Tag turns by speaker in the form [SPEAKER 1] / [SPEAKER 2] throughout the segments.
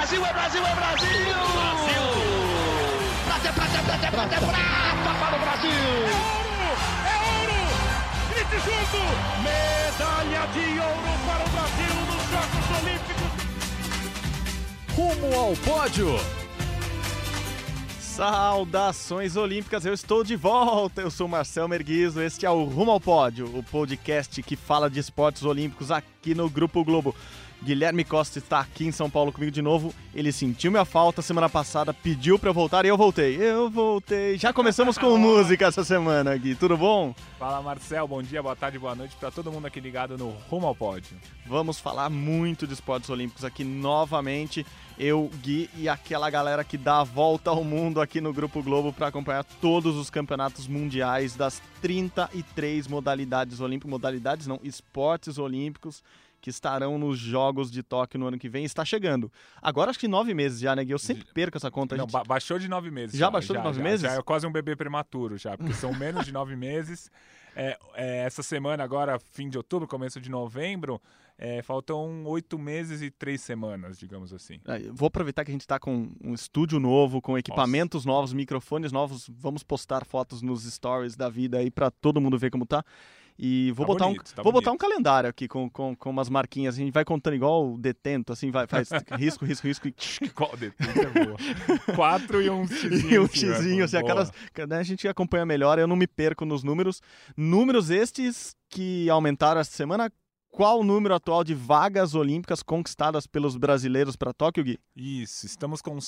[SPEAKER 1] Brasil, é Brasil, é Brasil! Brasil! Prata, prata, prata, prata, prata para o Brasil!
[SPEAKER 2] É ouro! Grite junto! Medalha de ouro para o Brasil nos Jogos Olímpicos!
[SPEAKER 3] Rumo ao pódio!
[SPEAKER 4] Saudações olímpicas, eu estou de volta, eu sou Marcel Merguizo, este é o Rumo ao Pódio, o podcast que fala de esportes olímpicos aqui no Grupo Globo. Guilherme Costa está aqui em São Paulo comigo de novo, ele sentiu minha falta semana passada, pediu para eu voltar e eu voltei. Já começamos com música essa semana, Gui, tudo bom?
[SPEAKER 3] Fala Marcel, bom dia, boa tarde, boa noite para todo mundo aqui ligado no Rumo ao Pódio.
[SPEAKER 4] Vamos falar muito de esportes olímpicos aqui novamente, eu, Gui e aquela galera que dá a volta ao mundo aqui no Grupo Globo para acompanhar todos os campeonatos mundiais das 33 esportes olímpicos que estarão nos Jogos de Tóquio no ano que vem. Está chegando. Agora acho que 9 meses já, né, Gui? Eu sempre perco essa conta.
[SPEAKER 3] Não, baixou de 9 meses.
[SPEAKER 4] Já baixou de 9 meses?
[SPEAKER 3] Já é quase um bebê prematuro já, porque são menos de 9 meses. Essa semana agora, fim de outubro, começo de novembro, faltam 8 meses e 3 semanas, digamos assim.
[SPEAKER 4] Vou aproveitar que a gente está com um estúdio novo, com equipamentos novos, microfones novos. Vamos postar fotos nos stories da vida aí para todo mundo ver como tá. E vou botar um calendário aqui com umas marquinhas. A gente vai contando igual o detento, assim, faz risco e...
[SPEAKER 3] Igual o detento é boa. 4 e um xizinho.
[SPEAKER 4] E um xizinho, assim, a gente acompanha melhor, eu não me perco nos números. Números estes que aumentaram essa semana. Qual o número atual de vagas olímpicas conquistadas pelos brasileiros para Tóquio, Gui?
[SPEAKER 3] Isso, estamos com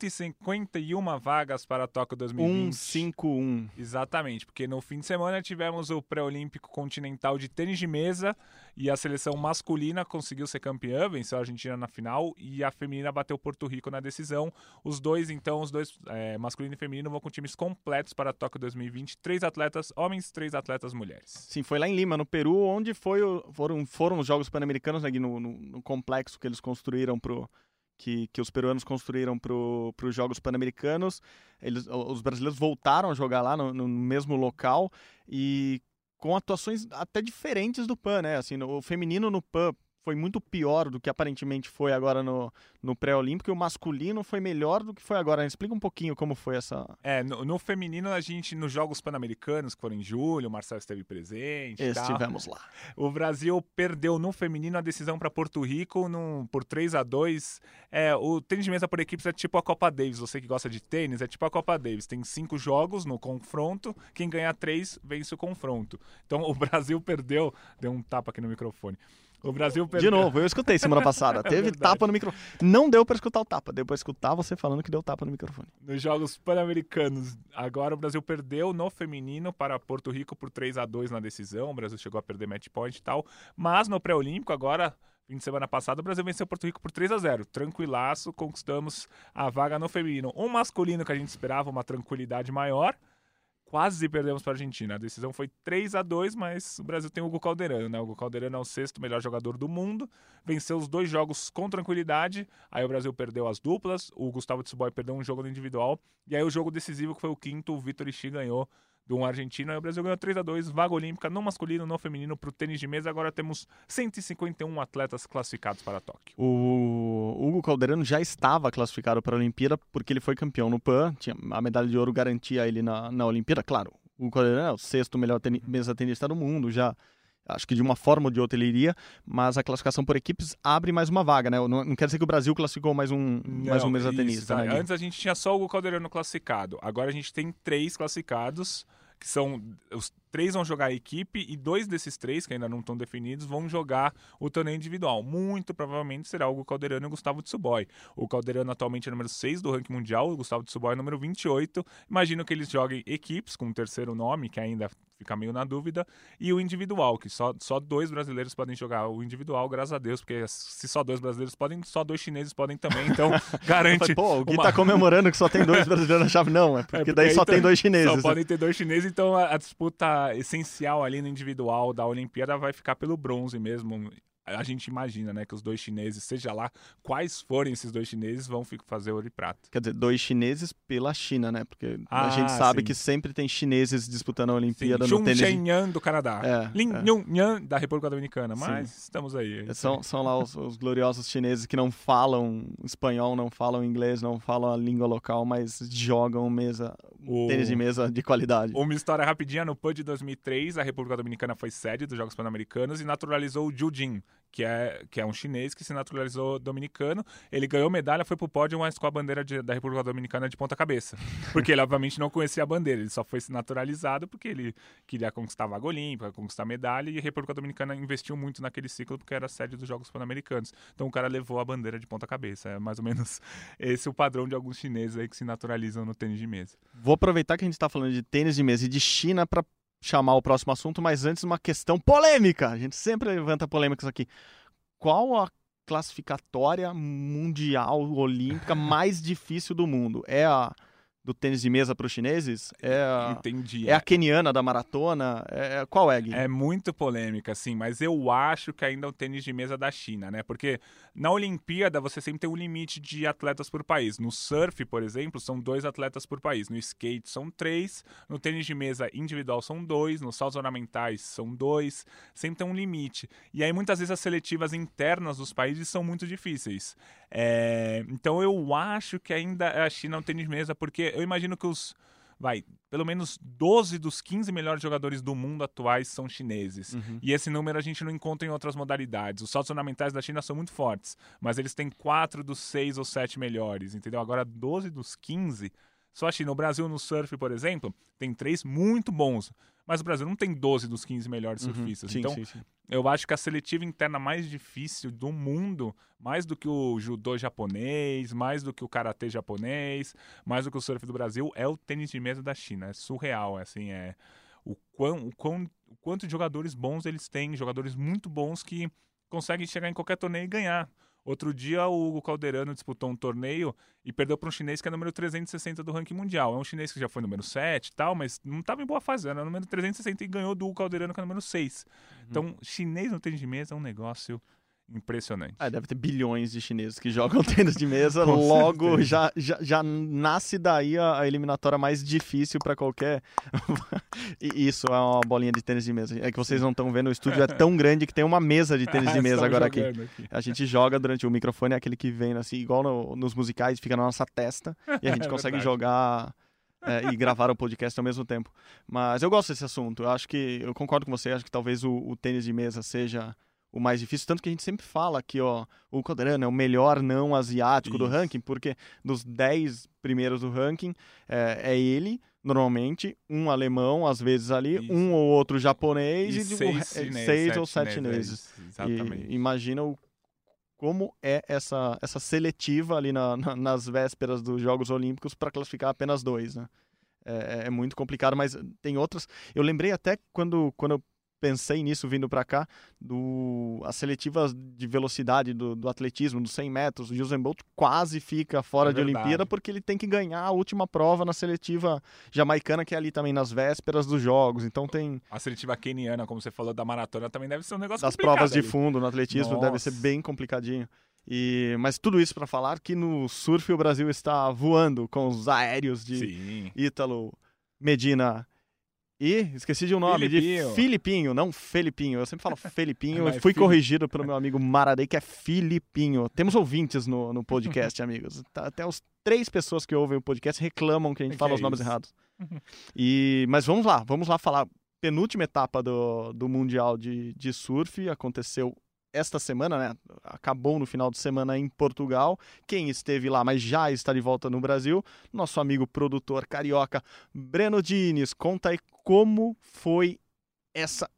[SPEAKER 3] 151 vagas para Tóquio 2020.
[SPEAKER 4] 151.
[SPEAKER 3] Exatamente, porque no fim de semana tivemos o pré-olímpico continental de tênis de mesa e a seleção masculina conseguiu ser campeã, venceu a Argentina na final e a feminina bateu Porto Rico na decisão. Os dois, masculino e feminino, vão com times completos para Tóquio 2020. 3 atletas homens, 3 atletas mulheres.
[SPEAKER 4] Sim, foi lá em Lima, no Peru, onde foram os Jogos Pan-Americanos, né, no complexo que eles construíram que os peruanos construíram para os Jogos Pan-Americanos. Os brasileiros voltaram a jogar lá no mesmo local e com atuações até diferentes do Pan, né? Assim, o feminino no Pan foi muito pior do que aparentemente foi agora no pré-olímpico, e o masculino foi melhor do que foi agora. Explica um pouquinho como foi essa...
[SPEAKER 3] No feminino, a gente, nos Jogos Pan-Americanos, que foram em julho, o Marcelo esteve presente.
[SPEAKER 4] Estivemos lá.
[SPEAKER 3] O Brasil perdeu no feminino a decisão para Porto Rico por 3-2. O tênis de mesa por equipes é tipo a Copa Davis. Você que gosta de tênis, é tipo a Copa Davis. Tem 5 jogos no confronto, quem ganhar 3 vence o confronto. Então o Brasil perdeu, deu um tapa aqui no microfone. O Brasil perdeu.
[SPEAKER 4] De novo, eu escutei semana passada. Teve tapa no microfone. Não deu para escutar o tapa. Deu para escutar você falando que deu tapa no microfone.
[SPEAKER 3] Nos Jogos Pan-Americanos, agora o Brasil perdeu no feminino para Porto Rico por 3-2 na decisão. O Brasil chegou a perder match point e tal. Mas no pré-olímpico, agora, fim de semana passada, o Brasil venceu Porto Rico por 3-0. Tranquilaço, conquistamos a vaga no feminino. Um masculino que a gente esperava uma tranquilidade maior. Quase perdemos para a Argentina. A decisão foi 3-2, mas o Brasil tem o Hugo Calderano, né? O Hugo Calderano é o 6º melhor jogador do mundo. Venceu os 2 jogos com tranquilidade. Aí o Brasil perdeu as duplas. O Gustavo Tsuboi perdeu um jogo no individual. E aí o jogo decisivo, que foi o 5º, o Vitor Ishii ganhou de um argentino. Aí o Brasil ganhou 3-2, vaga olímpica no masculino, no feminino, para o tênis de mesa. Agora temos 151 atletas classificados para Tóquio.
[SPEAKER 4] O Hugo Calderano já estava classificado para a Olimpíada porque ele foi campeão no PAN. A medalha de ouro garantia ele na Olimpíada. Claro, o Hugo Calderano é o 6º melhor mesa tenista do mundo. Já acho que de uma forma ou de outra ele iria, mas a classificação por equipes abre mais uma vaga, né? Não quer dizer que o Brasil classificou mais um mesa tenista. Né?
[SPEAKER 3] Antes a gente tinha só o Hugo Calderano classificado. Agora a gente tem 3 classificados, que são... Os 3 vão jogar a equipe e 2 desses 3, que ainda não estão definidos, vão jogar o torneio individual. Muito provavelmente será o Hugo Calderano e o Gustavo Tsuboi. O Calderano atualmente é número 6 do ranking mundial, o Gustavo Tsuboi é número 28. Imagino que eles joguem equipes com um terceiro nome, que ainda fica meio na dúvida, e o individual, que só 2 brasileiros podem jogar o individual, graças a Deus, porque se só 2 brasileiros podem, só 2 chineses podem também, então garante...
[SPEAKER 4] Pô, o Gui tá comemorando que só tem 2 brasileiros na chave, não, porque daí só tem 2 chineses.
[SPEAKER 3] Só podem ter 2 chineses, então a disputa essencial ali no individual da Olimpíada vai ficar pelo bronze mesmo. a gente imagina, né, que os 2 chineses, seja lá quais forem esses 2 chineses, vão fazer ouro e prata.
[SPEAKER 4] Quer dizer, 2 chineses pela China, né? Porque a gente sabe que sempre tem chineses disputando a Olimpíada no tênis.
[SPEAKER 3] Chun Chen-yan do Canadá. Lin Yun-yan da República Dominicana. Mas estamos aí.
[SPEAKER 4] São lá os gloriosos chineses que não falam espanhol, não falam inglês, não falam a língua local, mas jogam tênis de mesa de qualidade.
[SPEAKER 3] Uma história rapidinha. No PAN de 2003, a República Dominicana foi sede dos Jogos Pan-Americanos e naturalizou o Zhu Jin, que é um chinês que se naturalizou dominicano. Ele ganhou medalha, foi pro pódio, mas com a bandeira da República Dominicana de ponta cabeça. Porque ele, obviamente, não conhecia a bandeira. Ele só foi naturalizado porque ele queria conquistar a vaga olímpica, conquistar a medalha, e a República Dominicana investiu muito naquele ciclo porque era sede dos Jogos Pan-Americanos. Então o cara levou a bandeira de ponta cabeça. É mais ou menos esse o padrão de alguns chineses aí que se naturalizam no tênis de mesa.
[SPEAKER 4] Vou aproveitar que a gente tá falando de tênis de mesa e de China para chamar o próximo assunto, mas antes uma questão polêmica. A gente sempre levanta polêmicas aqui. Qual a classificatória mundial olímpica mais difícil do mundo? É a do tênis de mesa para os chineses?
[SPEAKER 3] Entendi.
[SPEAKER 4] É a queniana da maratona? Qual é, Gui?
[SPEAKER 3] É muito polêmica, sim, mas eu acho que ainda é o tênis de mesa da China, né? Porque na Olimpíada você sempre tem um limite de atletas por país. No surf, por exemplo, são 2 atletas por país. No skate são 3. No tênis de mesa individual são 2. Nos saltos ornamentais são 2. Sempre tem um limite. E aí muitas vezes as seletivas internas dos países são muito difíceis. Então eu acho que ainda a China é um tênis de mesa, porque eu imagino que pelo menos 12 dos 15 melhores jogadores do mundo atuais são chineses.
[SPEAKER 4] Uhum.
[SPEAKER 3] E esse número a gente não encontra em outras modalidades. Os saltos ornamentais da China são muito fortes, mas eles têm 4 dos 6 ou 7 melhores, entendeu? Agora 12 dos 15, só a China. O Brasil no surf, por exemplo, tem 3 muito bons, mas o Brasil não tem 12 dos 15 melhores surfistas.
[SPEAKER 4] Sim,
[SPEAKER 3] então,
[SPEAKER 4] sim.
[SPEAKER 3] eu acho que a seletiva interna mais difícil do mundo, mais do que o judô japonês, mais do que o karatê japonês, mais do que o surf do Brasil, é o tênis de mesa da China. É surreal, assim, o quanto de jogadores bons eles têm, jogadores muito bons que conseguem chegar em qualquer torneio e ganhar. Outro dia o Hugo Calderano disputou um torneio e perdeu para um chinês que é número 360 do ranking mundial. É um chinês que já foi número 7 e tal, mas não estava em boa fase, era número 360 e ganhou do Hugo Calderano, que é número 6. Então, chinês no tênis de mesa é um negócio impressionante.
[SPEAKER 4] Deve ter bilhões de chineses que jogam tênis de mesa, logo já nasce daí a eliminatória mais difícil para qualquer... E isso é uma bolinha de tênis de mesa. É que vocês não estão vendo, o estúdio é tão grande que tem uma mesa de tênis de mesa agora aqui. A gente joga durante o microfone, é aquele que vem assim, igual nos musicais, fica na nossa testa, e a gente consegue jogar... e gravar o podcast ao mesmo tempo. Mas eu gosto desse assunto. Eu concordo com você, acho que talvez o tênis de mesa seja o mais difícil, tanto que a gente sempre fala que o Calderano é o melhor não asiático do ranking, porque dos 10 primeiros do ranking é ele, normalmente, um alemão, às vezes ali, um ou outro japonês e 6 ou 7 chineses.
[SPEAKER 3] Exatamente.
[SPEAKER 4] E imagina como é essa seletiva ali nas vésperas dos Jogos Olímpicos para classificar apenas 2, né? É muito complicado, mas tem outras. Eu lembrei até quando eu pensei nisso vindo para cá, as seletivas de velocidade do atletismo, dos 100 metros, o Usain Bolt quase fica fora de Olimpíada porque ele tem que ganhar a última prova na seletiva jamaicana, que é ali também nas vésperas dos Jogos. Então tem...
[SPEAKER 3] A seletiva keniana, como você falou, da maratona também deve ser um negócio
[SPEAKER 4] das
[SPEAKER 3] complicado.
[SPEAKER 4] Das provas de
[SPEAKER 3] ali.
[SPEAKER 4] fundo no atletismo deve ser bem complicadinho. Mas tudo isso para falar que no surf o Brasil está voando com os aéreos de Ítalo Medina e esqueci de um nome, de Filipinho, não Felipinho. Eu sempre falo Felipinho, fui corrigido pelo meu amigo Maradei, que é Filipinho. Temos ouvintes no podcast, amigos. Até os 3 pessoas que ouvem o podcast reclamam que a gente fala os nomes errados. Mas vamos lá falar. Penúltima etapa do Mundial de Surf aconteceu esta semana, né? Acabou no final de semana em Portugal. Quem esteve lá, mas já está de volta no Brasil, nosso amigo produtor carioca Breno Diniz. Conta aí como foi essa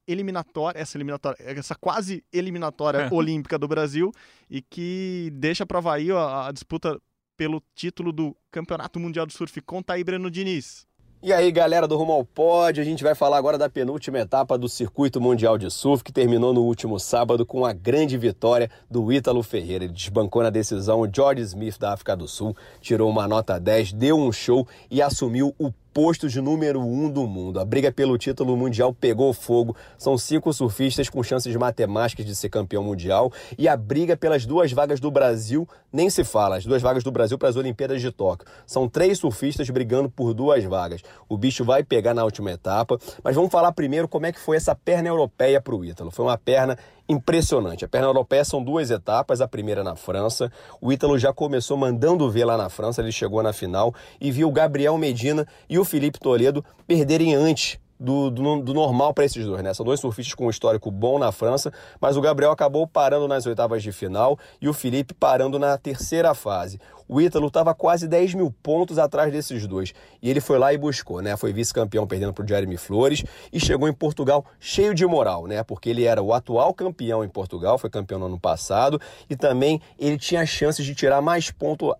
[SPEAKER 4] quase eliminatória olímpica do Brasil e que deixa para Havaí a disputa pelo título do Campeonato Mundial de Surf. Conta aí, Breno Diniz.
[SPEAKER 5] E aí, galera do Rumo ao Pódio, a gente vai falar agora da penúltima etapa do Circuito Mundial de Surf, que terminou no último sábado com a grande vitória do Ítalo Ferreira. Ele desbancou na decisão o George Smith da África do Sul, tirou uma nota 10, deu um show e assumiu o posto de número 1 do mundo. A briga pelo título mundial pegou fogo. São 5 surfistas com chances matemáticas de ser campeão mundial. E a briga pelas 2 vagas do Brasil nem se fala. As 2 vagas do Brasil para as Olimpíadas de Tóquio. São 3 surfistas brigando por 2 vagas. O bicho vai pegar na última etapa. Mas vamos falar primeiro como é que foi essa perna europeia para o Ítalo. Foi uma perna impressionante. A perna europeia são 2 etapas, a primeira na França. O Ítalo já começou mandando ver lá na França, ele chegou na final e viu o Gabriel Medina e o Filipe Toledo perderem antes do normal para esses dois, né? São 2 surfistas com um histórico bom na França, mas o Gabriel acabou parando nas oitavas de final e o Filipe parando na terceira fase. O Ítalo estava quase 10 mil pontos atrás desses dois. E ele foi lá e buscou, né? Foi vice-campeão perdendo para o Jeremy Flores e chegou em Portugal cheio de moral, né? Porque ele era o atual campeão em Portugal, foi campeão no ano passado e também ele tinha chances de tirar mais pontos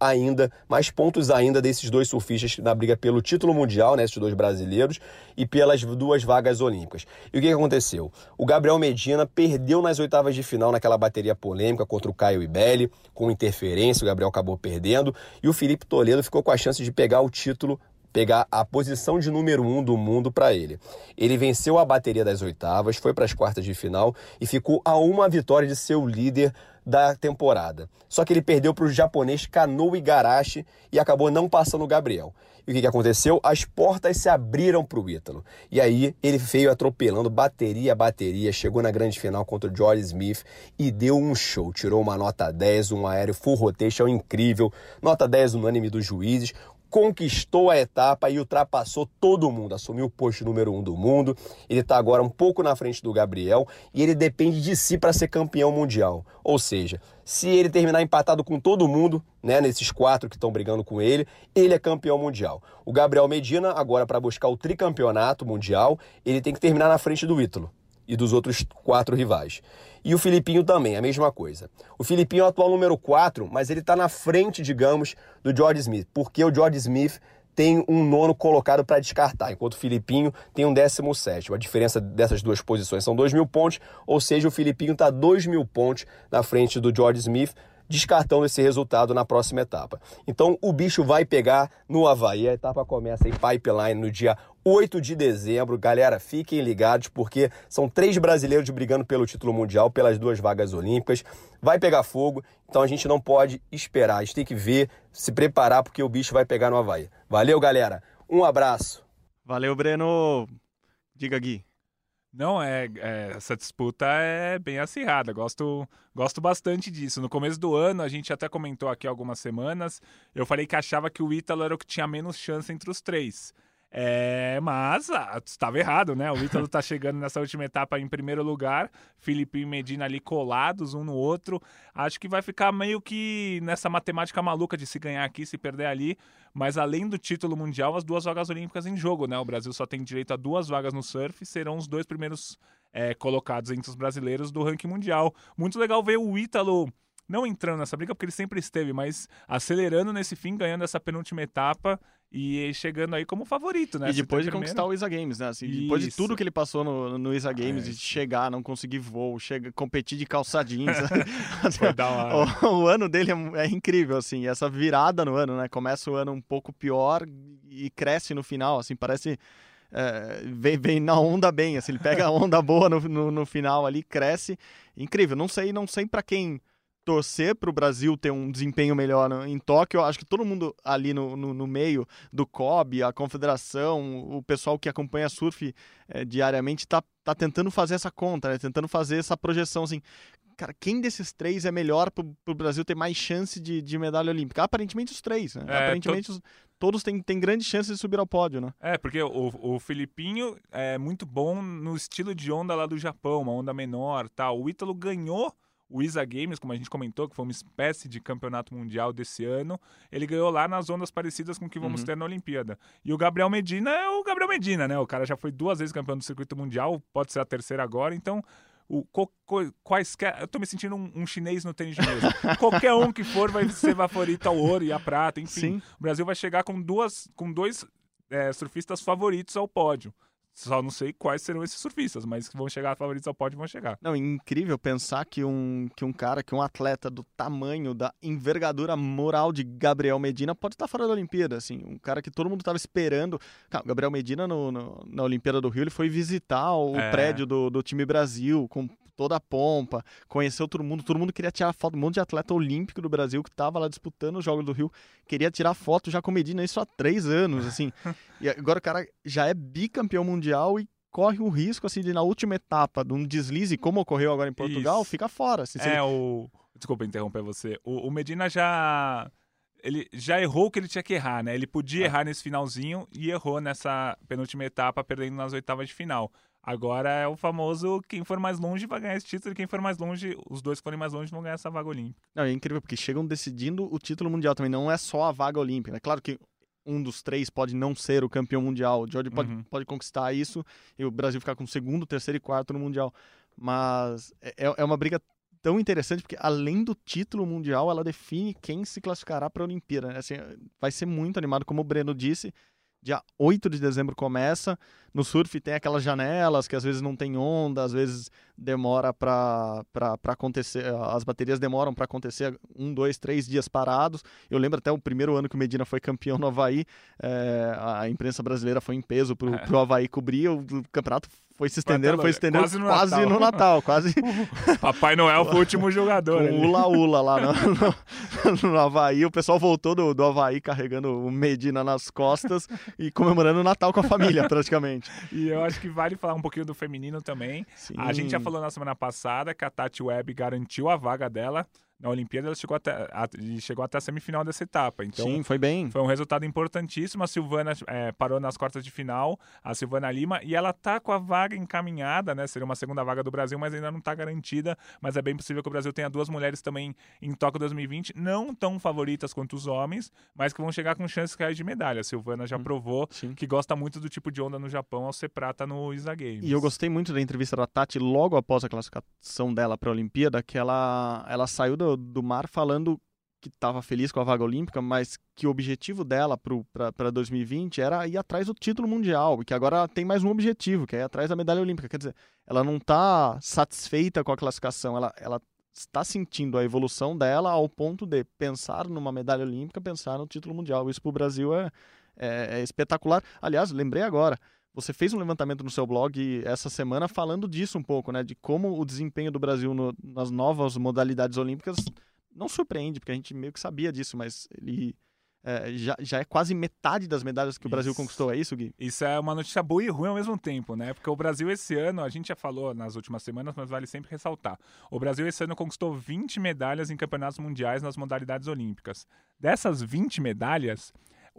[SPEAKER 5] ainda desses 2 surfistas na briga pelo título mundial, né? Esses 2 brasileiros e pelas 2 vagas olímpicas. E o que aconteceu? O Gabriel Medina perdeu nas oitavas de final naquela bateria polêmica contra o Caio Ibelli, com interferência, o Gabriel acabou perdendo. E o Filipe Toledo ficou com a chance de pegar o título, pegar a posição de número 1 do mundo para ele. Ele venceu a bateria das oitavas, foi para as quartas de final e ficou a uma vitória de ser o líder da temporada. Só que ele perdeu para o japonês Kanoe Igarashi e acabou não passando o Gabriel. E o que aconteceu? As portas se abriram para o Ítalo. E aí ele veio atropelando bateria a bateria, chegou na grande final contra o Jordan Smith e deu um show. Tirou uma nota 10, um aéreo full rotation incrível, nota 10 unânime dos juízes, conquistou a etapa e ultrapassou todo mundo, assumiu o posto número 1 do mundo. Ele está agora um pouco na frente do Gabriel e ele depende de si para ser campeão mundial. Ou seja, se ele terminar empatado com todo mundo, né, nesses 4 que estão brigando com ele é campeão mundial. O Gabriel Medina, agora para buscar o tricampeonato mundial, ele tem que terminar na frente do Ítalo e dos outros 4 rivais. E o Filipinho também, a mesma coisa. O Filipinho é o atual número 4, mas ele está na frente, digamos, do Jordan Smith, porque o Jordan Smith tem um 9º colocado para descartar, enquanto o Filipinho tem um 17º. A diferença dessas 2 posições são 2 mil pontos, ou seja, o Filipinho está 2 mil pontos na frente do Jordan Smith, descartando esse resultado na próxima etapa. Então o bicho vai pegar no Havaí, a etapa começa em Pipeline no dia 8 de dezembro. Galera, fiquem ligados porque são 3 brasileiros brigando pelo título mundial, pelas 2 vagas olímpicas. Vai pegar fogo, então a gente não pode esperar, a gente tem que ver, se preparar porque o bicho vai pegar no Havaí. Valeu, galera, um abraço.
[SPEAKER 4] Valeu, Breno. Diga, Gui.
[SPEAKER 3] Não, essa disputa é bem acirrada, gosto bastante disso. No começo do ano, a gente até comentou aqui algumas semanas, eu falei que achava que o Ítalo era o que tinha menos chance entre os 3. Mas estava errado, né? O Ítalo está chegando nessa última etapa em primeiro lugar, Filipe e Medina ali colados um no outro. Acho que vai ficar meio que nessa matemática maluca de se ganhar aqui, se perder ali. Mas além do título mundial, as 2 vagas olímpicas em jogo, né? O Brasil só tem direito a 2 vagas no surf, serão os 2 primeiros colocados entre os brasileiros do ranking mundial. Muito legal ver o Ítalo não entrando nessa briga, porque ele sempre esteve, mas acelerando nesse fim, ganhando essa penúltima etapa e chegando aí como favorito, né?
[SPEAKER 4] E depois de conquistar o ISA Games, né? Assim, depois de tudo que ele passou no ISA Games, de chegar, não conseguir voo, competir de calça jeans.
[SPEAKER 3] Foi da hora.
[SPEAKER 4] O ano dele é incrível, assim, essa virada no ano, né? Começa o ano um pouco pior e cresce no final, assim, parece... vem na onda bem, assim, ele pega a onda boa no final ali, cresce. Incrível, não sei para quem torcer para o Brasil ter um desempenho melhor em Tóquio. Eu acho que todo mundo ali no meio do COB, a confederação, o pessoal que acompanha surf diariamente tá tentando fazer essa conta, né? Tentando fazer essa projeção, assim, cara, quem desses 3 é melhor para o Brasil ter mais chance de medalha olímpica? Aparentemente os 3, né? Aparentemente todos têm grandes chances de subir ao pódio, né?
[SPEAKER 3] Porque o Filipinho é muito bom no estilo de onda lá do Japão, uma onda menor, tal. O Ítalo ganhou o ISA Games, como a gente comentou, que foi uma espécie de campeonato mundial desse ano. Ele ganhou lá nas ondas parecidas com o que vamos ter na Olimpíada. E o Gabriel Medina é o Gabriel Medina, né? O cara já foi 2 vezes campeão do circuito mundial, pode ser a terceira agora, então... quaisquer, eu tô me sentindo um chinês no tênis de mesa. Qualquer um que for vai ser favorito ao ouro e à prata, enfim. Sim. O Brasil vai chegar com 2 surfistas favoritos ao pódio. Só não sei quais serão esses surfistas, mas que vão chegar favoritos ao pódio, vão chegar.
[SPEAKER 4] Não, é incrível pensar que um atleta do tamanho, da envergadura moral de Gabriel Medina pode estar fora da Olimpíada, assim, um cara que todo mundo estava esperando. Cara, o Gabriel Medina na Olimpíada do Rio, ele foi visitar o prédio do time Brasil, com toda a pompa, conheceu todo mundo queria tirar foto, um monte de atleta olímpico do Brasil que estava lá disputando os Jogos do Rio, queria tirar foto já com Medina, isso há 3 anos, assim, e agora o cara já é bicampeão mundial e corre o risco, assim, de na última etapa, de um deslize, como ocorreu agora em Portugal, fica fora. Assim,
[SPEAKER 3] Desculpa interromper você, o Medina ele já errou o que ele tinha que errar, né? Ele podia errar nesse finalzinho e errou nessa penúltima etapa, perdendo nas oitavas de final. Agora é o famoso, quem for mais longe vai ganhar esse título, e quem for mais longe, os dois que forem mais longe vão ganhar essa vaga olímpica.
[SPEAKER 4] Não, é incrível, porque chegam decidindo o título mundial também, não é só a vaga olímpica, né? Claro que um dos 3 pode não ser o campeão mundial, o George pode conquistar isso, e o Brasil ficar com 2º, 3º e 4º no mundial, mas é uma briga tão interessante, porque além do título mundial, ela define quem se classificará para a Olimpíada, né? Assim, vai ser muito animado, como o Breno disse. Dia 8 de dezembro começa. No surf tem aquelas janelas que às vezes não tem onda, às vezes demora para acontecer, as baterias demoram para acontecer 1, 2, 3 dias parados. Eu lembro até o primeiro ano que o Medina foi campeão no Havaí, a imprensa brasileira foi em peso pro Havaí cobrir, o campeonato foi se estendendo quase no Natal. Quase.
[SPEAKER 3] Papai Noel foi o último jogador.
[SPEAKER 4] Com o ula-ula lá no Havaí. O pessoal voltou do Havaí carregando o Medina nas costas e comemorando o Natal com a família, praticamente.
[SPEAKER 3] E eu acho que vale falar um pouquinho do feminino também.
[SPEAKER 4] Sim.
[SPEAKER 3] A gente já falou na semana passada que a Tati Webb garantiu a vaga dela na Olimpíada, ela chegou até a semifinal dessa etapa. Então,
[SPEAKER 4] sim, foi bem.
[SPEAKER 3] Foi um resultado importantíssimo. A Silvana parou nas quartas de final, a Silvana Lima, e ela tá com a vaga encaminhada, né? Seria uma segunda vaga do Brasil, mas ainda não tá garantida. Mas é bem possível que o Brasil tenha 2 mulheres também em Tóquio 2020, não tão favoritas quanto os homens, mas que vão chegar com chances reais de medalha. A Silvana já provou que gosta muito do tipo de onda no Japão ao ser prata no ISA Games.
[SPEAKER 4] E eu gostei muito da entrevista da Tati logo após a classificação dela para a Olimpíada, que ela saiu do mar falando que estava feliz com a vaga olímpica, mas que o objetivo dela para 2020 era ir atrás do título mundial, e que agora ela tem mais um objetivo, que é ir atrás da medalha olímpica. Quer dizer, ela não está satisfeita com a classificação, ela está sentindo a evolução dela ao ponto de pensar numa medalha olímpica, pensar no título mundial. Isso para o Brasil é espetacular. Aliás, lembrei agora, você fez um levantamento no seu blog essa semana falando disso um pouco, né? De como o desempenho do Brasil nas novas modalidades olímpicas não surpreende, porque a gente meio que sabia disso, mas ele já é quase metade das medalhas que o Brasil conquistou, é isso, Gui?
[SPEAKER 3] Isso é uma notícia boa e ruim ao mesmo tempo, né? Porque o Brasil esse ano, a gente já falou nas últimas semanas, mas vale sempre ressaltar. O Brasil esse ano conquistou 20 medalhas em campeonatos mundiais nas modalidades olímpicas. Dessas 20 medalhas,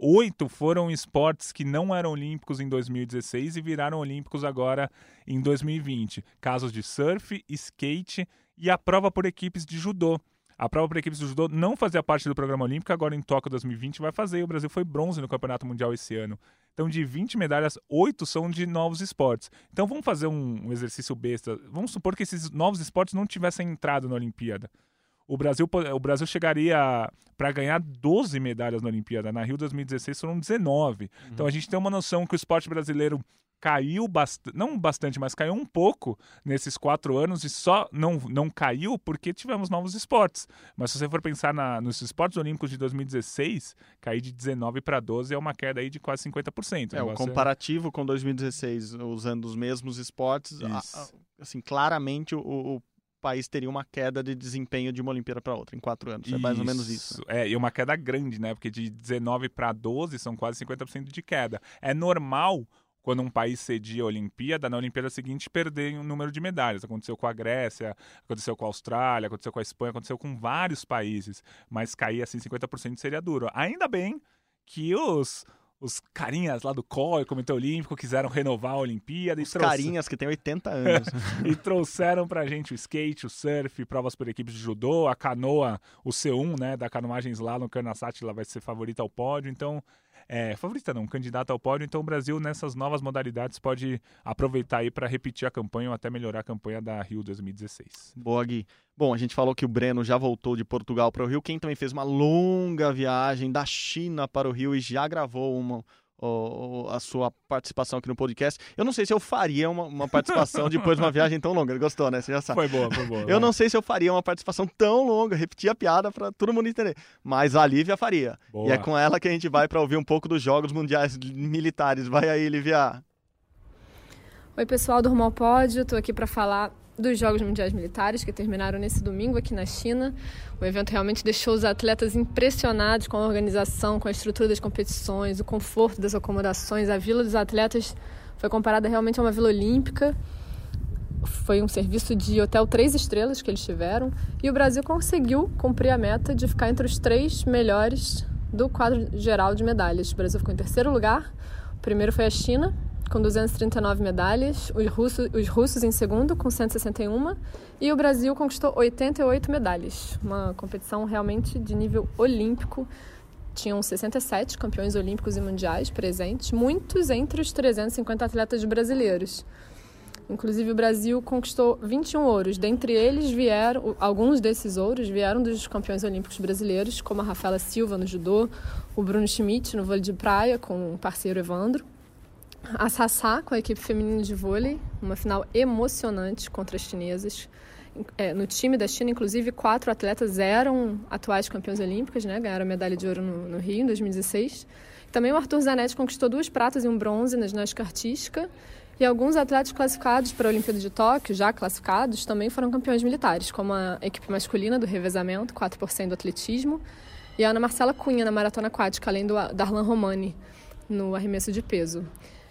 [SPEAKER 3] 8 foram esportes que não eram olímpicos em 2016 e viraram olímpicos agora em 2020. Casos de surf, skate e a prova por equipes de judô. A prova por equipes de judô não fazia parte do programa olímpico, agora em Tóquio 2020 vai fazer. E o Brasil foi bronze no Campeonato Mundial esse ano. Então, de 20 medalhas, 8 são de novos esportes. Então, vamos fazer um exercício besta. Vamos supor que esses novos esportes não tivessem entrado na Olimpíada. O Brasil chegaria para ganhar 12 medalhas na Olimpíada. Na Rio 2016 foram 19. Então a gente tem uma noção que o esporte brasileiro caiu não bastante, mas caiu um pouco nesses 4 anos, e só não caiu porque tivemos novos esportes. Mas se você for pensar nos esportes olímpicos de 2016, cair de 19 para 12 é uma queda aí de quase 50%.
[SPEAKER 4] O comparativo com 2016, usando os mesmos esportes, assim, claramente o país teria uma queda de desempenho de uma Olimpíada para outra em 4 anos. É mais ou menos isso.
[SPEAKER 3] Né? E uma queda grande, né? Porque de 19 para 12 são quase 50% de queda. É normal, quando um país cedia a Olimpíada, na Olimpíada seguinte perder um número de medalhas. Aconteceu com a Grécia, aconteceu com a Austrália, aconteceu com a Espanha, aconteceu com vários países. Mas cair assim 50% seria duro. Ainda bem que os carinhas lá do COI, Comitê Olímpico, quiseram renovar a Olimpíada.
[SPEAKER 4] Os carinhas que têm 80 anos.
[SPEAKER 3] E trouxeram pra gente o skate, o surf, provas por equipes de judô, a canoa, o C1, né, da canoagem lá no Carnassat, ela vai ser favorita ao pódio. Então, favorita não, candidata ao pódio. Então o Brasil, nessas novas modalidades, pode aproveitar aí para repetir a campanha ou até melhorar a campanha da Rio 2016.
[SPEAKER 4] Boa, Gui. Bom, a gente falou que o Breno já voltou de Portugal para o Rio. Quem também fez uma longa viagem da China para o Rio e já gravou a sua participação aqui no podcast. Eu não sei se eu faria uma participação depois de uma viagem tão longa. Ele gostou, né? Você já sabe.
[SPEAKER 3] Foi boa.
[SPEAKER 4] Eu não sei se eu faria uma participação tão longa, repetir a piada para todo mundo entender. Mas a Lívia faria.
[SPEAKER 3] Boa.
[SPEAKER 4] E é com ela que a gente vai para ouvir um pouco dos Jogos Mundiais Militares. Vai aí, Lívia.
[SPEAKER 6] Oi, pessoal do Rumo ao Pódio. Estou aqui para falar dos Jogos Mundiais Militares que terminaram nesse domingo aqui na China. O evento realmente deixou os atletas impressionados com a organização, com a estrutura das competições, o conforto das acomodações. A vila dos atletas foi comparada realmente a uma vila olímpica. Foi um serviço de hotel 3 estrelas que eles tiveram. E o Brasil conseguiu cumprir a meta de ficar entre os 3 melhores do quadro geral de medalhas. O Brasil ficou em terceiro lugar. O primeiro foi a China, com 239 medalhas, os russos em segundo, com 161, e o Brasil conquistou 88 medalhas. Uma competição realmente de nível olímpico. Tinham 67 campeões olímpicos e mundiais presentes, muitos entre os 350 atletas brasileiros. Inclusive, o Brasil conquistou 21 ouros. Dentre eles, alguns desses ouros vieram dos campeões olímpicos brasileiros, como a Rafaela Silva no judô, o Bruno Schmidt no vôlei de praia, com o parceiro Evandro, a Sassá, com a equipe feminina de vôlei, uma final emocionante contra as chinesas. No time da China, inclusive, 4 atletas eram atuais campeões olímpicos, né? Ganharam a medalha de ouro no Rio, em 2016. Também o Arthur Zanetti conquistou 2 pratas e 1 bronze na ginástica artística. E alguns atletas classificados para a Olimpíada de Tóquio, já classificados, também foram campeões militares, como a equipe masculina do revezamento, 4% do atletismo, e a Ana Marcela Cunha na maratona aquática, além do Darlan Romani no arremesso de peso.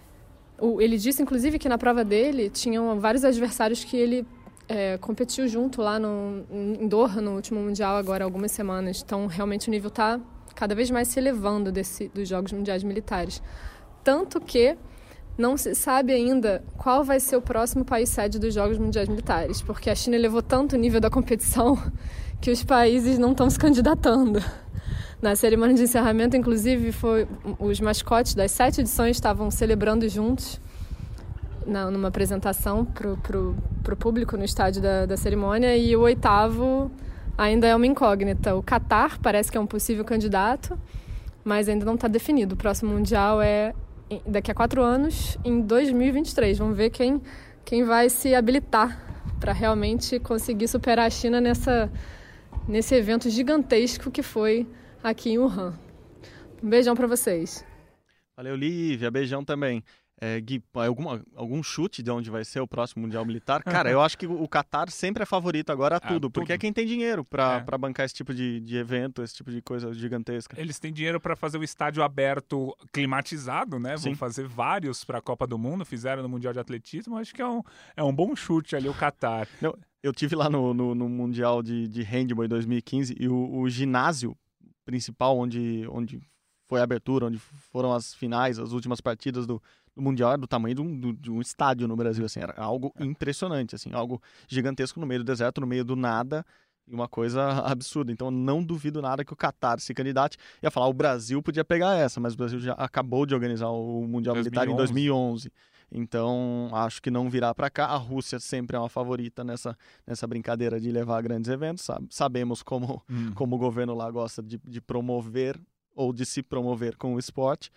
[SPEAKER 6] Ele disse, inclusive, que na prova dele tinham vários adversários que ele competiu junto lá em Doha, no último Mundial, agora há algumas semanas. Então, realmente, o nível está cada vez mais se elevando dos Jogos Mundiais Militares. Tanto que não se sabe ainda qual vai ser o próximo país sede dos Jogos Mundiais Militares, porque a China elevou tanto o nível da competição que os países não estão se candidatando. Na cerimônia de encerramento, inclusive, os mascotes das 7 edições estavam celebrando juntos numa apresentação para o público no estádio da cerimônia, e o 8º ainda é uma incógnita. O Catar parece que é um possível candidato, mas ainda não está definido. O próximo Mundial é daqui a 4 anos, em 2023. Vamos ver quem vai se habilitar para realmente conseguir superar a China nesse evento gigantesco que foi aqui em Wuhan. Um beijão para vocês.
[SPEAKER 4] Valeu, Lívia. Beijão também. Gui, algum chute de onde vai ser o próximo Mundial Militar? Cara, eu acho que o Catar sempre é favorito agora a tudo, porque é quem tem dinheiro para bancar esse tipo de evento, esse tipo de coisa gigantesca.
[SPEAKER 3] Eles têm dinheiro para fazer o estádio aberto climatizado, né?
[SPEAKER 4] Sim.
[SPEAKER 3] Vão fazer vários para a Copa do Mundo, fizeram no Mundial de Atletismo, acho que é um bom chute ali o Catar.
[SPEAKER 4] Não, eu tive lá no Mundial de Handball em 2015 e o ginásio principal onde foi a abertura, onde foram as finais, as últimas partidas do Mundial, do tamanho de um estádio no Brasil, assim, era algo impressionante, assim, algo gigantesco no meio do deserto, no meio do nada, e uma coisa absurda. Então, não duvido nada que o Catar se candidate. Ia falar, o Brasil podia pegar essa, mas o Brasil já acabou de organizar o Mundial Militar em 2011. Então, acho que não virá para cá. A Rússia sempre é uma favorita nessa brincadeira de levar grandes eventos. Sabemos como o governo lá gosta de promover ou de se promover com o esporte.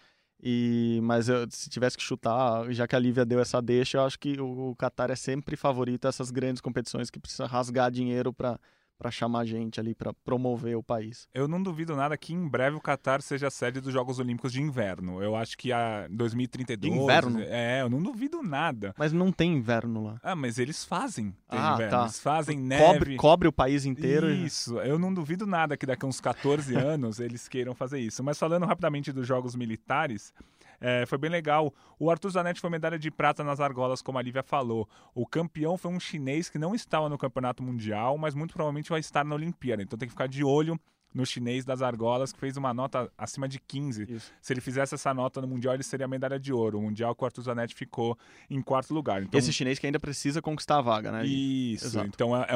[SPEAKER 4] Mas se tivesse que chutar, já que a Lívia deu essa deixa, eu acho que o Catar é sempre favorito a essas grandes competições que precisa rasgar dinheiro para chamar gente ali, para promover o país.
[SPEAKER 3] Eu não duvido nada que em breve o Catar seja a sede dos Jogos Olímpicos de Inverno. Eu acho que a 2032...
[SPEAKER 4] De inverno?
[SPEAKER 3] Eu não duvido nada.
[SPEAKER 4] Mas não tem inverno lá.
[SPEAKER 3] Ah, mas eles fazem inverno.
[SPEAKER 4] Tá.
[SPEAKER 3] Eles fazem neve.
[SPEAKER 4] Cobre o país inteiro.
[SPEAKER 3] Isso. Eu não duvido nada que daqui a uns 14 anos eles queiram fazer isso. Mas falando rapidamente dos Jogos Militares... foi bem legal. O Arthur Zanetti foi medalha de prata nas argolas, como a Lívia falou. O campeão foi um chinês que não estava no campeonato mundial, mas muito provavelmente vai estar na Olimpíada. Então tem que ficar de olho no chinês das argolas, que fez uma nota acima de 15. Isso. Se ele fizesse essa nota no Mundial, ele seria medalha de ouro. O Mundial que o Arthur Zanetti ficou em 4º lugar. Então,
[SPEAKER 4] esse chinês que ainda precisa conquistar a vaga, né?
[SPEAKER 3] Isso. Exato. Então é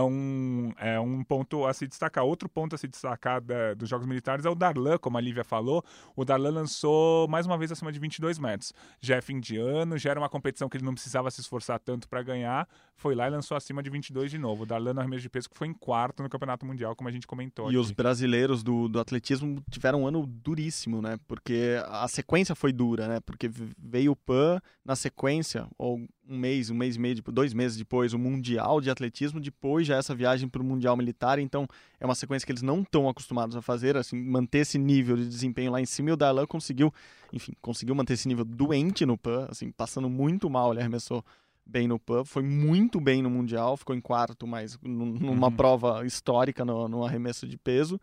[SPEAKER 3] um ponto a se destacar. Outro ponto a se destacar dos Jogos Militares é o Darlan, como a Lívia falou. O Darlan lançou mais uma vez acima de 22 metros. Já é fim de ano, já era uma competição que ele não precisava se esforçar tanto para ganhar. Foi lá e lançou acima de 22 de novo. O Darlan no arremesso de peso que foi em 4º no Campeonato Mundial, como a gente comentou.
[SPEAKER 4] E aqui. Os brasileiros brasileiros do atletismo tiveram um ano duríssimo, né? Porque a sequência foi dura, né? Porque veio o PAN na sequência, ou um mês e meio, 2 meses depois, o Mundial de Atletismo, depois já essa viagem para o Mundial Militar. Então, é uma sequência que eles não estão acostumados a fazer, assim, manter esse nível de desempenho lá em cima. E o Darlan conseguiu manter esse nível doente no PAN, assim, passando muito mal. Ele arremessou bem no PAN, foi muito bem no Mundial, ficou em quarto, mas numa prova histórica no arremesso de peso,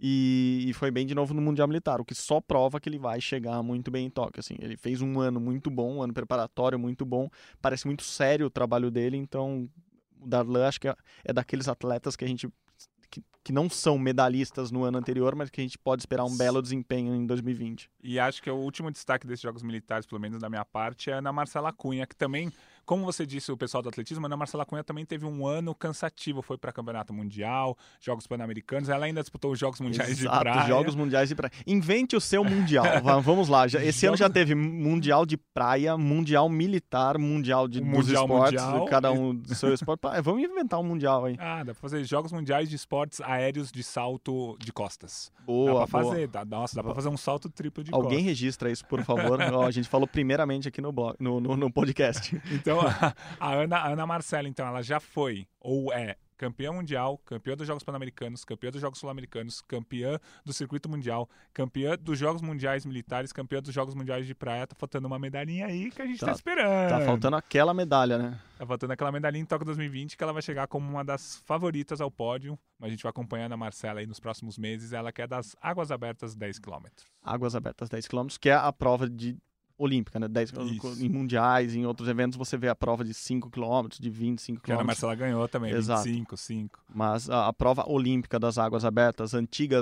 [SPEAKER 4] e foi bem de novo no Mundial Militar, o que só prova que ele vai chegar muito bem em Tóquio. Assim, ele fez um ano muito bom, um ano preparatório muito bom, parece muito sério o trabalho dele, então o Darlan acho que é daqueles atletas que a gente que não são medalhistas no ano anterior, mas que a gente pode esperar um belo desempenho em 2020.
[SPEAKER 3] E acho que o último destaque desses Jogos Militares, pelo menos da minha parte, é a Ana Marcela Cunha, que também, como você disse, o pessoal do atletismo, a Ana Marcela Cunha também teve um ano cansativo, foi para Campeonato Mundial, Jogos Pan-Americanos, ela ainda disputou os Jogos Mundiais de Praia.
[SPEAKER 4] Jogos Mundiais de Praia. Invente o seu Mundial, vamos lá. Esse ano já teve Mundial de Praia, Mundial Militar, Mundial dos esportes, cada um do seu esporte. Vamos inventar um Mundial aí.
[SPEAKER 3] Dá pra fazer Jogos Mundiais de Esportes Aéreos de Salto de Costas.
[SPEAKER 4] Dá
[SPEAKER 3] pra fazer, dá pra fazer um salto triplo de costas.
[SPEAKER 4] Alguém registra isso, por favor. A gente falou primeiramente aqui no blog, no podcast.
[SPEAKER 3] Então, a Ana Marcela, então, ela já foi, ou é, campeã mundial, campeã dos Jogos Pan-Americanos, campeã dos Jogos Sul-Americanos, campeã do Circuito Mundial, campeã dos Jogos Mundiais Militares, campeã dos Jogos Mundiais de Praia. Tá faltando uma medalhinha aí que a gente tá esperando.
[SPEAKER 4] Tá faltando aquela medalha, né?
[SPEAKER 3] Tá faltando aquela medalhinha em Tóquio 2020 que ela vai chegar como uma das favoritas ao pódio. Mas a gente vai acompanhando a Marcela aí nos próximos meses. Ela que é das Águas Abertas 10 km.
[SPEAKER 4] Águas Abertas 10 km, que é a prova de olímpica, né? Em mundiais, em outros eventos, você vê a prova de 5 km, de 25 km.
[SPEAKER 3] Que a Marcela ganhou também,
[SPEAKER 4] exato.
[SPEAKER 3] 25, 5.
[SPEAKER 4] Mas a prova olímpica das águas abertas, antiga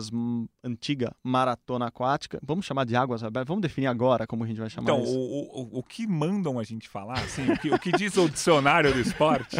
[SPEAKER 4] maratona aquática, vamos chamar de águas abertas? Vamos definir agora como a gente vai chamar isso?
[SPEAKER 3] Então, o que mandam a gente falar, assim, o que diz o dicionário do esporte,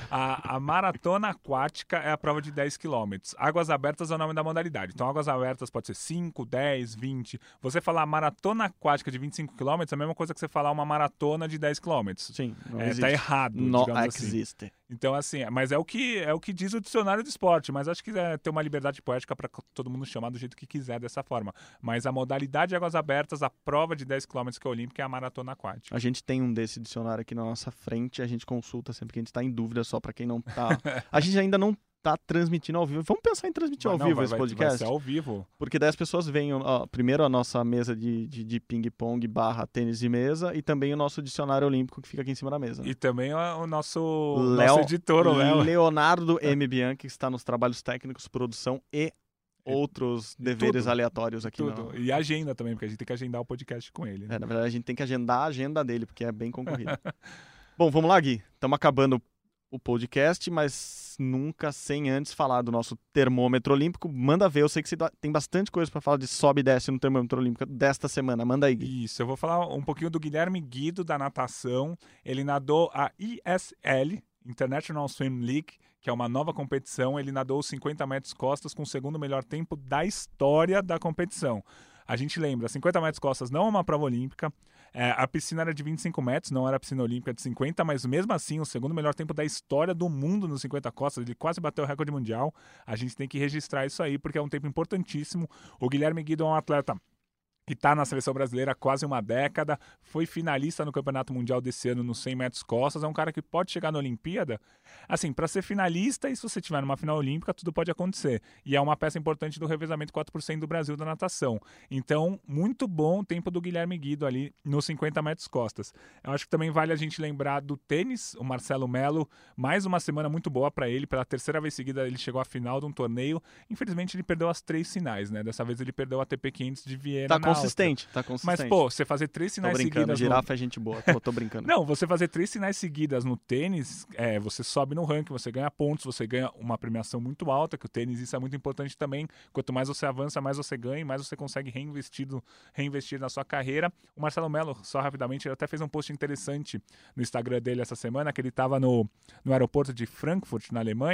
[SPEAKER 3] a maratona aquática é a prova de 10 km. Águas abertas é o nome da modalidade. Então, águas abertas pode ser 5, 10, 20. Você falar maratona aquática de 25 km é a mesma coisa que você falar uma maratona de 10 km.
[SPEAKER 4] Sim, não
[SPEAKER 3] tá
[SPEAKER 4] existe.
[SPEAKER 3] errado,
[SPEAKER 4] não
[SPEAKER 3] digamos
[SPEAKER 4] existe.
[SPEAKER 3] assim. Então, assim, mas é o que diz o dicionário do esporte, mas acho que é ter uma liberdade poética para todo mundo chamar do jeito que quiser dessa forma. Mas a modalidade de águas abertas, a prova de 10 km que é olímpica, é a maratona aquática.
[SPEAKER 4] A gente tem um desse dicionário aqui na nossa frente, a gente consulta sempre que a gente está em dúvida, só para quem não tá. A gente ainda não tá transmitindo ao vivo. Vamos pensar em transmitir ao vivo esse podcast?
[SPEAKER 3] Vai ser ao vivo.
[SPEAKER 4] Porque daí as pessoas veem, primeiro a nossa mesa de ping-pong / tênis de mesa e também o nosso dicionário olímpico que fica aqui em cima da mesa.
[SPEAKER 3] E também o nosso editor, o Léo.
[SPEAKER 4] Leonardo M. Bianchi, que está nos trabalhos técnicos, produção e outros deveres aleatórios aqui.
[SPEAKER 3] Tudo. E agenda também, porque a gente tem que agendar o podcast com ele. Né?
[SPEAKER 4] Na verdade, a gente tem que agendar a agenda dele, porque é bem concorrido. Bom, vamos lá, Gui. Estamos acabando o podcast, mas nunca sem antes falar do nosso termômetro olímpico. Manda ver, eu sei que você tem bastante coisa para falar de sobe e desce no termômetro olímpico desta semana. Manda aí, Gui.
[SPEAKER 3] Isso, eu vou falar um pouquinho do Guilherme Guido, da natação. Ele nadou a ISL, International Swim League, que é uma nova competição. Ele nadou os 50 metros costas com o segundo melhor tempo da história da competição. A gente lembra, 50 metros costas não é uma prova olímpica. A piscina era de 25 metros, não era a piscina olímpica de 50, mas mesmo assim, o segundo melhor tempo da história do mundo nos 50 costas, ele quase bateu o recorde mundial. A gente tem que registrar isso aí, porque é um tempo importantíssimo. O Guilherme Guido é um atleta que está na seleção brasileira há quase uma década, foi finalista no Campeonato Mundial desse ano nos 100 metros costas, é um cara que pode chegar na Olimpíada. Assim, para ser finalista, e se você estiver numa final olímpica, tudo pode acontecer. E é uma peça importante do revezamento 4% do Brasil da natação. Então, muito bom o tempo do Guilherme Guido ali nos 50 metros costas. Eu acho que também vale a gente lembrar do tênis, o Marcelo Melo, mais uma semana muito boa para ele, pela terceira vez seguida ele chegou à final de um torneio. Infelizmente, ele perdeu as 3 finais, né? Dessa vez ele perdeu a ATP 500 de Viena.
[SPEAKER 4] Tá consistente.
[SPEAKER 3] Mas, pô, você fazer 3 finais seguidas...
[SPEAKER 4] Girafa é gente boa, tô brincando.
[SPEAKER 3] Não, você fazer 3 finais seguidas no tênis, você sobe no ranking, você ganha pontos, você ganha uma premiação muito alta, que o tênis isso é muito importante também. Quanto mais você avança, mais você ganha e mais você consegue reinvestir na sua carreira. O Marcelo Melo, só rapidamente, ele até fez um post interessante no Instagram dele essa semana, que ele estava no aeroporto de Frankfurt, na Alemanha.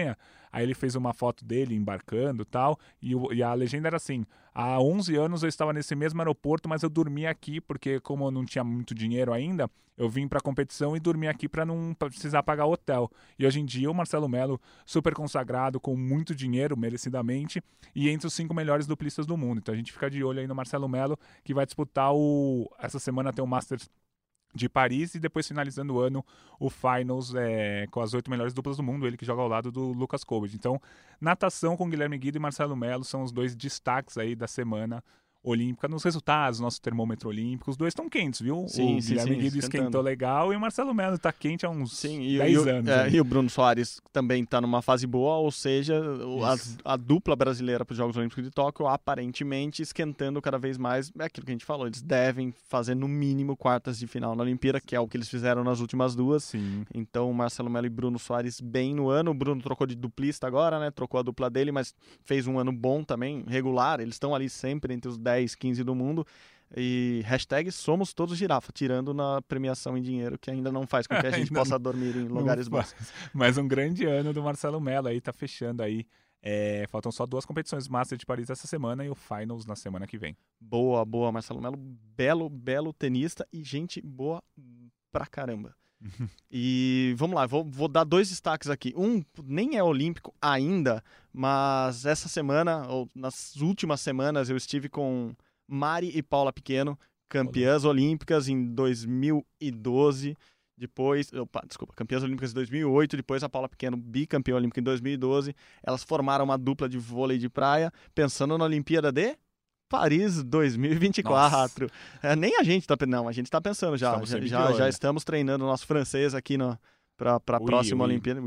[SPEAKER 3] Aí ele fez uma foto dele embarcando e tal, e a legenda era assim: há 11 anos eu estava nesse mesmo aeroporto, mas eu dormi aqui, porque como eu não tinha muito dinheiro ainda, eu vim para a competição e dormi aqui para não precisar pagar hotel. E hoje em dia o Marcelo Melo, super consagrado, com muito dinheiro, merecidamente, e entre os 5 melhores duplistas do mundo. Então a gente fica de olho aí no Marcelo Melo, que vai disputar essa semana tem o Masters de Paris e depois finalizando o ano o Finals com as 8 melhores duplas do mundo, ele que joga ao lado do Lucas Koubet. Então, natação com Guilherme Guido e Marcelo Melo são os 2 destaques aí da semana olímpica nos resultados, nosso termômetro olímpico. Os 2 estão quentes, viu?
[SPEAKER 4] Sim,
[SPEAKER 3] o Guilherme Guido esquentou legal e o Marcelo Melo está quente há uns 10 anos.
[SPEAKER 4] E o Bruno Soares também está numa fase boa, ou seja, a dupla brasileira para os Jogos Olímpicos de Tóquio aparentemente esquentando cada vez mais. É aquilo que a gente falou, eles devem fazer no mínimo quartas de final na Olimpíada, que é o que eles fizeram nas últimas 2.
[SPEAKER 3] Sim.
[SPEAKER 4] Então, Marcelo Melo e Bruno Soares bem no ano. O Bruno trocou de duplista agora, né? Trocou a dupla dele, mas fez um ano bom também, regular. Eles estão ali sempre entre os 10, 15 do mundo. E hashtag somos todos girafa, tirando na premiação em dinheiro, que ainda não faz com que a gente possa dormir em lugares bons.
[SPEAKER 3] Mas um grande ano do Marcelo Melo aí, tá fechando aí. Faltam só 2 competições, Master de Paris essa semana e o Finals na semana que vem.
[SPEAKER 4] Boa, Marcelo Melo, belo tenista e gente boa pra caramba. E vamos lá, vou dar 2 destaques aqui. Um nem é olímpico ainda, mas essa semana, ou nas últimas semanas, eu estive com Mari e Paula Pequeno, campeãs olímpicas em 2012. Campeãs olímpicas em 2008, depois a Paula Pequeno, bicampeã olímpica em 2012. Elas formaram uma dupla de vôlei de praia, pensando na Olimpíada de Paris 2024. Nem a gente tá pensando, não, a gente tá pensando já estamos treinando o nosso francês aqui para a próxima Olimpíada.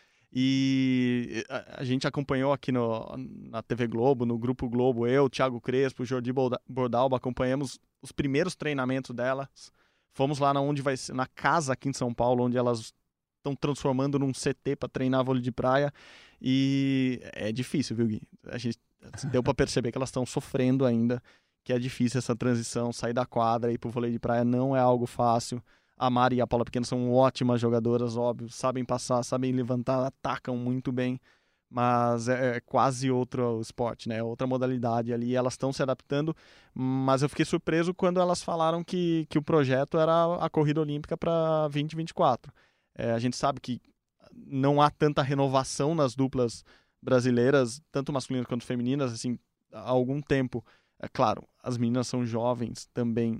[SPEAKER 4] E a gente acompanhou aqui na TV Globo, no Grupo Globo, eu, Thiago Crespo, Jordi Bordalba, acompanhamos os primeiros treinamentos delas. Fomos lá na casa aqui em São Paulo, onde elas estão transformando num CT para treinar vôlei de praia. E é difícil, viu, Gui? A gente deu para perceber que elas estão sofrendo ainda, que é difícil essa transição, sair da quadra e ir pro vôlei de praia não é algo fácil. A Mari e a Paula Pequeno são ótimas jogadoras, óbvio, sabem passar, sabem levantar, atacam muito bem, mas é quase outro esporte, né? Outra modalidade ali, elas estão se adaptando, mas eu fiquei surpreso quando elas falaram que o projeto era a corrida olímpica para 2024. A gente sabe que não há tanta renovação nas duplas brasileiras, tanto masculinas quanto femininas, assim, há algum tempo. É claro, as meninas são jovens também,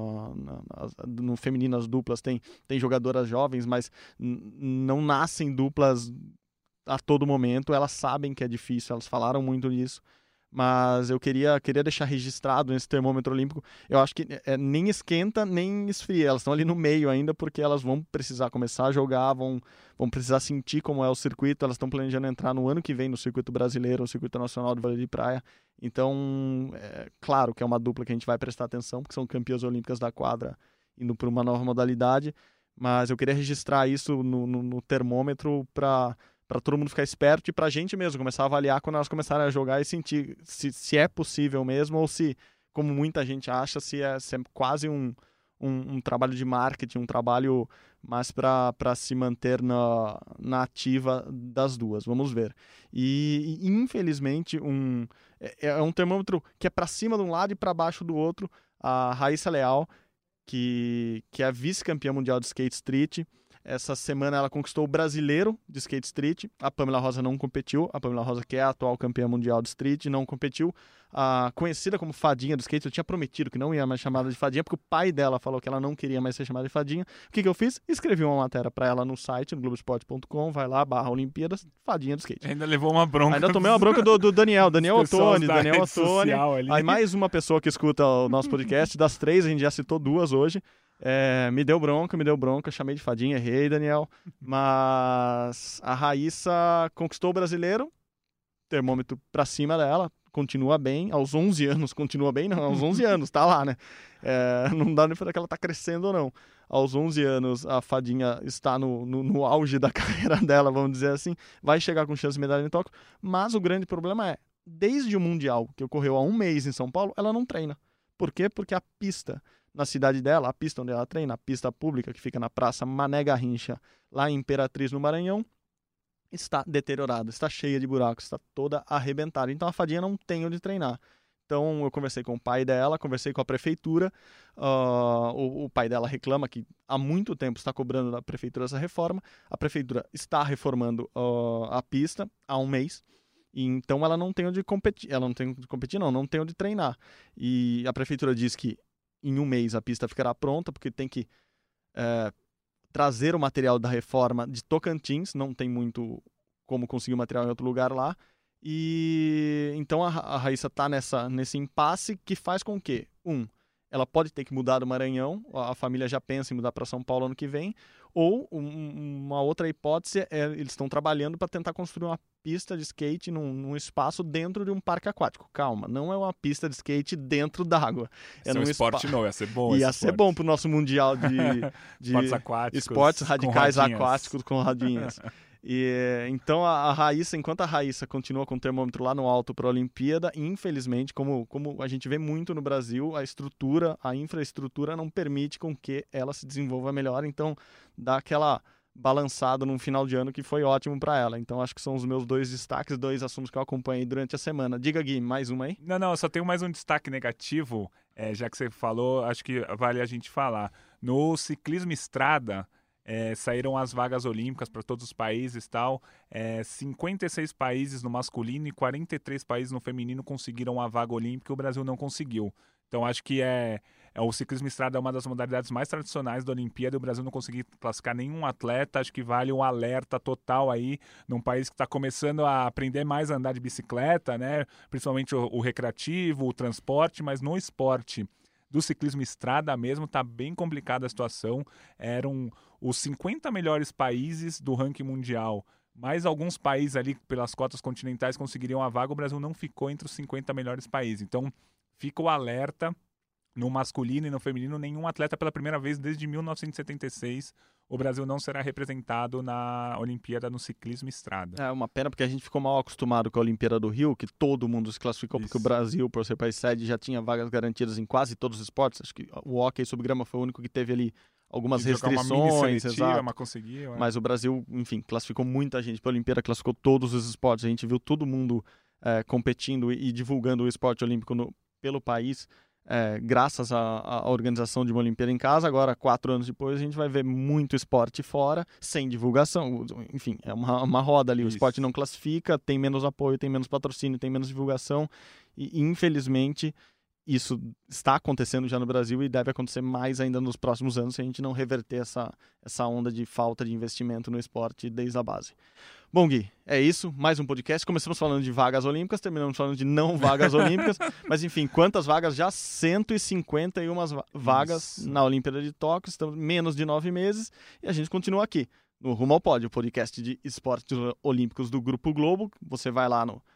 [SPEAKER 4] no feminino as duplas tem jogadoras jovens, mas não nascem duplas a todo momento, elas sabem que é difícil, elas falaram muito disso, mas eu queria deixar registrado nesse termômetro olímpico. Eu acho que nem esquenta, nem esfria, elas estão ali no meio ainda, porque elas vão precisar começar a jogar, vão precisar sentir como é o circuito, elas estão planejando entrar no ano que vem no circuito brasileiro, no circuito nacional de vôlei de praia. Então, claro que é uma dupla que a gente vai prestar atenção, porque são campeãs olímpicas da quadra indo para uma nova modalidade, mas eu queria registrar isso no termômetro para todo mundo ficar esperto e para a gente mesmo começar a avaliar quando elas começarem a jogar e sentir se é possível mesmo, ou se, como muita gente acha, se é quase um trabalho de marketing, um trabalho mais para se manter na ativa das duas. Vamos ver. E infelizmente, é um termômetro que é para cima de um lado e para baixo do outro. A Raíssa Leal, que é vice-campeã mundial de skate street, essa semana ela conquistou o brasileiro de skate street. A Pamela Rosa não competiu. A Pamela Rosa, que é a atual campeã mundial de street, não competiu. A conhecida como Fadinha do skate, eu tinha prometido que não ia mais chamada de Fadinha, porque o pai dela falou que ela não queria mais ser chamada de Fadinha. O que eu fiz? Escrevi uma matéria para ela no site, no Globoesporte.com, vai lá, /Olimpíadas, Fadinha do skate.
[SPEAKER 3] Ainda levou uma bronca.
[SPEAKER 4] Ainda tomei uma bronca do Daniel Ottoni. Aí mais uma pessoa que escuta o nosso podcast, das 3, a gente já citou 2 hoje. Me deu bronca, chamei de Fadinha, errei, Daniel. Mas a Raíssa conquistou o brasileiro, termômetro pra cima dela, continua bem, aos 11 anos, continua bem, não, aos 11 anos, tá lá, né? Não dá nem pra ver que ela tá crescendo ou não. Aos 11 anos, a Fadinha está no auge da carreira dela, vamos dizer assim, vai chegar com chance de medalha em Tóquio, mas o grande problema desde o Mundial, que ocorreu há um mês em São Paulo, ela não treina. Por quê? Porque a pista na cidade dela, a pista onde ela treina, a pista pública que fica na Praça Mané Garrincha, lá em Imperatriz, no Maranhão, está deteriorada, está cheia de buracos, está toda arrebentada. Então a fadinha não tem onde treinar. Então eu conversei com o pai dela, conversei com a prefeitura, o pai dela reclama que há muito tempo está cobrando da prefeitura essa reforma, a prefeitura está reformando a pista há um mês, e então ela não tem onde competir, não tem onde treinar. E a prefeitura diz que em um mês a pista ficará pronta, porque tem que trazer o material da reforma de Tocantins, não tem muito como conseguir o material em outro lugar lá. E então a Raíssa está nesse impasse que faz com que, ela pode ter que mudar do Maranhão, a família já pensa em mudar para São Paulo ano que vem, ou uma outra hipótese eles estão trabalhando para tentar construir uma pista de skate num espaço dentro de um parque aquático. Calma, não é uma pista de skate dentro d'água.
[SPEAKER 3] É um esporte novo, ia ser bom.
[SPEAKER 4] Ia ser bom pro nosso mundial de
[SPEAKER 3] esportes aquáticos,
[SPEAKER 4] esportes radicais aquáticos com rodinhas. Então enquanto a Raíssa continua com o termômetro lá no alto para a Olimpíada, infelizmente, como a gente vê muito no Brasil, a infraestrutura não permite com que ela se desenvolva melhor, então dá aquela balançada num final de ano que foi ótimo para ela. Então acho que são os meus 2 destaques, 2 assuntos que eu acompanhei durante a semana. Diga, Gui, mais uma aí?
[SPEAKER 3] Não, eu só tenho mais um destaque negativo, já que você falou, acho que vale a gente falar. No ciclismo estrada, saíram as vagas olímpicas para todos os países e tal. 56 países no masculino e 43 países no feminino conseguiram a vaga olímpica e o Brasil não conseguiu. Então acho que o ciclismo estrada é uma das modalidades mais tradicionais da Olimpíada e o Brasil não conseguiu classificar nenhum atleta. Acho que vale um alerta total aí num país que está começando a aprender mais a andar de bicicleta, né? Principalmente o recreativo, o transporte, mas no esporte do ciclismo estrada mesmo está bem complicada a situação. Eram os 50 melhores países do ranking mundial, mais alguns países ali pelas cotas continentais conseguiriam a vaga, o Brasil não ficou entre os 50 melhores países. Então fica o alerta, no masculino e no feminino, nenhum atleta pela primeira vez desde 1976, o Brasil não será representado na Olimpíada no ciclismo estrada.
[SPEAKER 4] É uma pena porque a gente ficou mal acostumado com a Olimpíada do Rio, que todo mundo se classificou. Isso. Porque o Brasil, por ser país sede, já tinha vagas garantidas em quase todos os esportes. Acho que o hóquei sobre grama foi o único que teve ali algumas restrições, exato.
[SPEAKER 3] Mas conseguiu.
[SPEAKER 4] Mas o Brasil, enfim, classificou muita gente para a Olimpíada, classificou todos os esportes. A gente viu todo mundo competindo e divulgando o esporte olímpico pelo país. Graças à organização de uma Olimpíada em casa. Agora, 4 anos depois, a gente vai ver muito esporte fora, sem divulgação. Enfim, é uma roda ali. Isso. O esporte não classifica, tem menos apoio, tem menos patrocínio, tem menos divulgação. E, infelizmente, isso está acontecendo já no Brasil e deve acontecer mais ainda nos próximos anos se a gente não reverter essa onda de falta de investimento no esporte desde a base. Bom, Gui, é isso. Mais um podcast. Começamos falando de vagas olímpicas, terminamos falando de não vagas olímpicas. Mas, enfim, quantas vagas? Já 151 vagas isso. Na Olimpíada de Tóquio. Estamos menos de 9 meses e a gente continua aqui no Rumo ao Pódio, o podcast de esportes olímpicos do Grupo Globo. Você vai lá no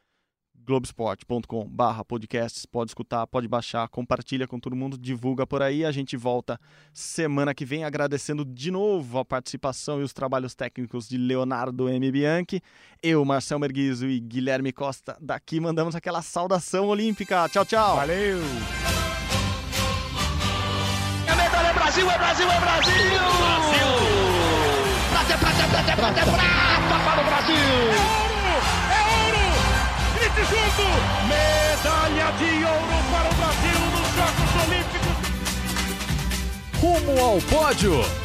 [SPEAKER 4] globesport.com/podcasts, pode escutar, pode baixar, compartilha com todo mundo, divulga por aí. A gente volta semana que vem agradecendo de novo a participação e os trabalhos técnicos de Leonardo M. Bianchi. Eu, Marcel Merguizo e Guilherme Costa daqui mandamos aquela saudação olímpica. Tchau, tchau!
[SPEAKER 3] Valeu!
[SPEAKER 1] A medalha é Brasil, é Brasil, é Brasil! Brasil! Prata, prata, prata, prata, prata para o Brasil!
[SPEAKER 2] Junto, medalha de ouro para o Brasil nos Jogos Olímpicos.
[SPEAKER 7] Rumo ao pódio.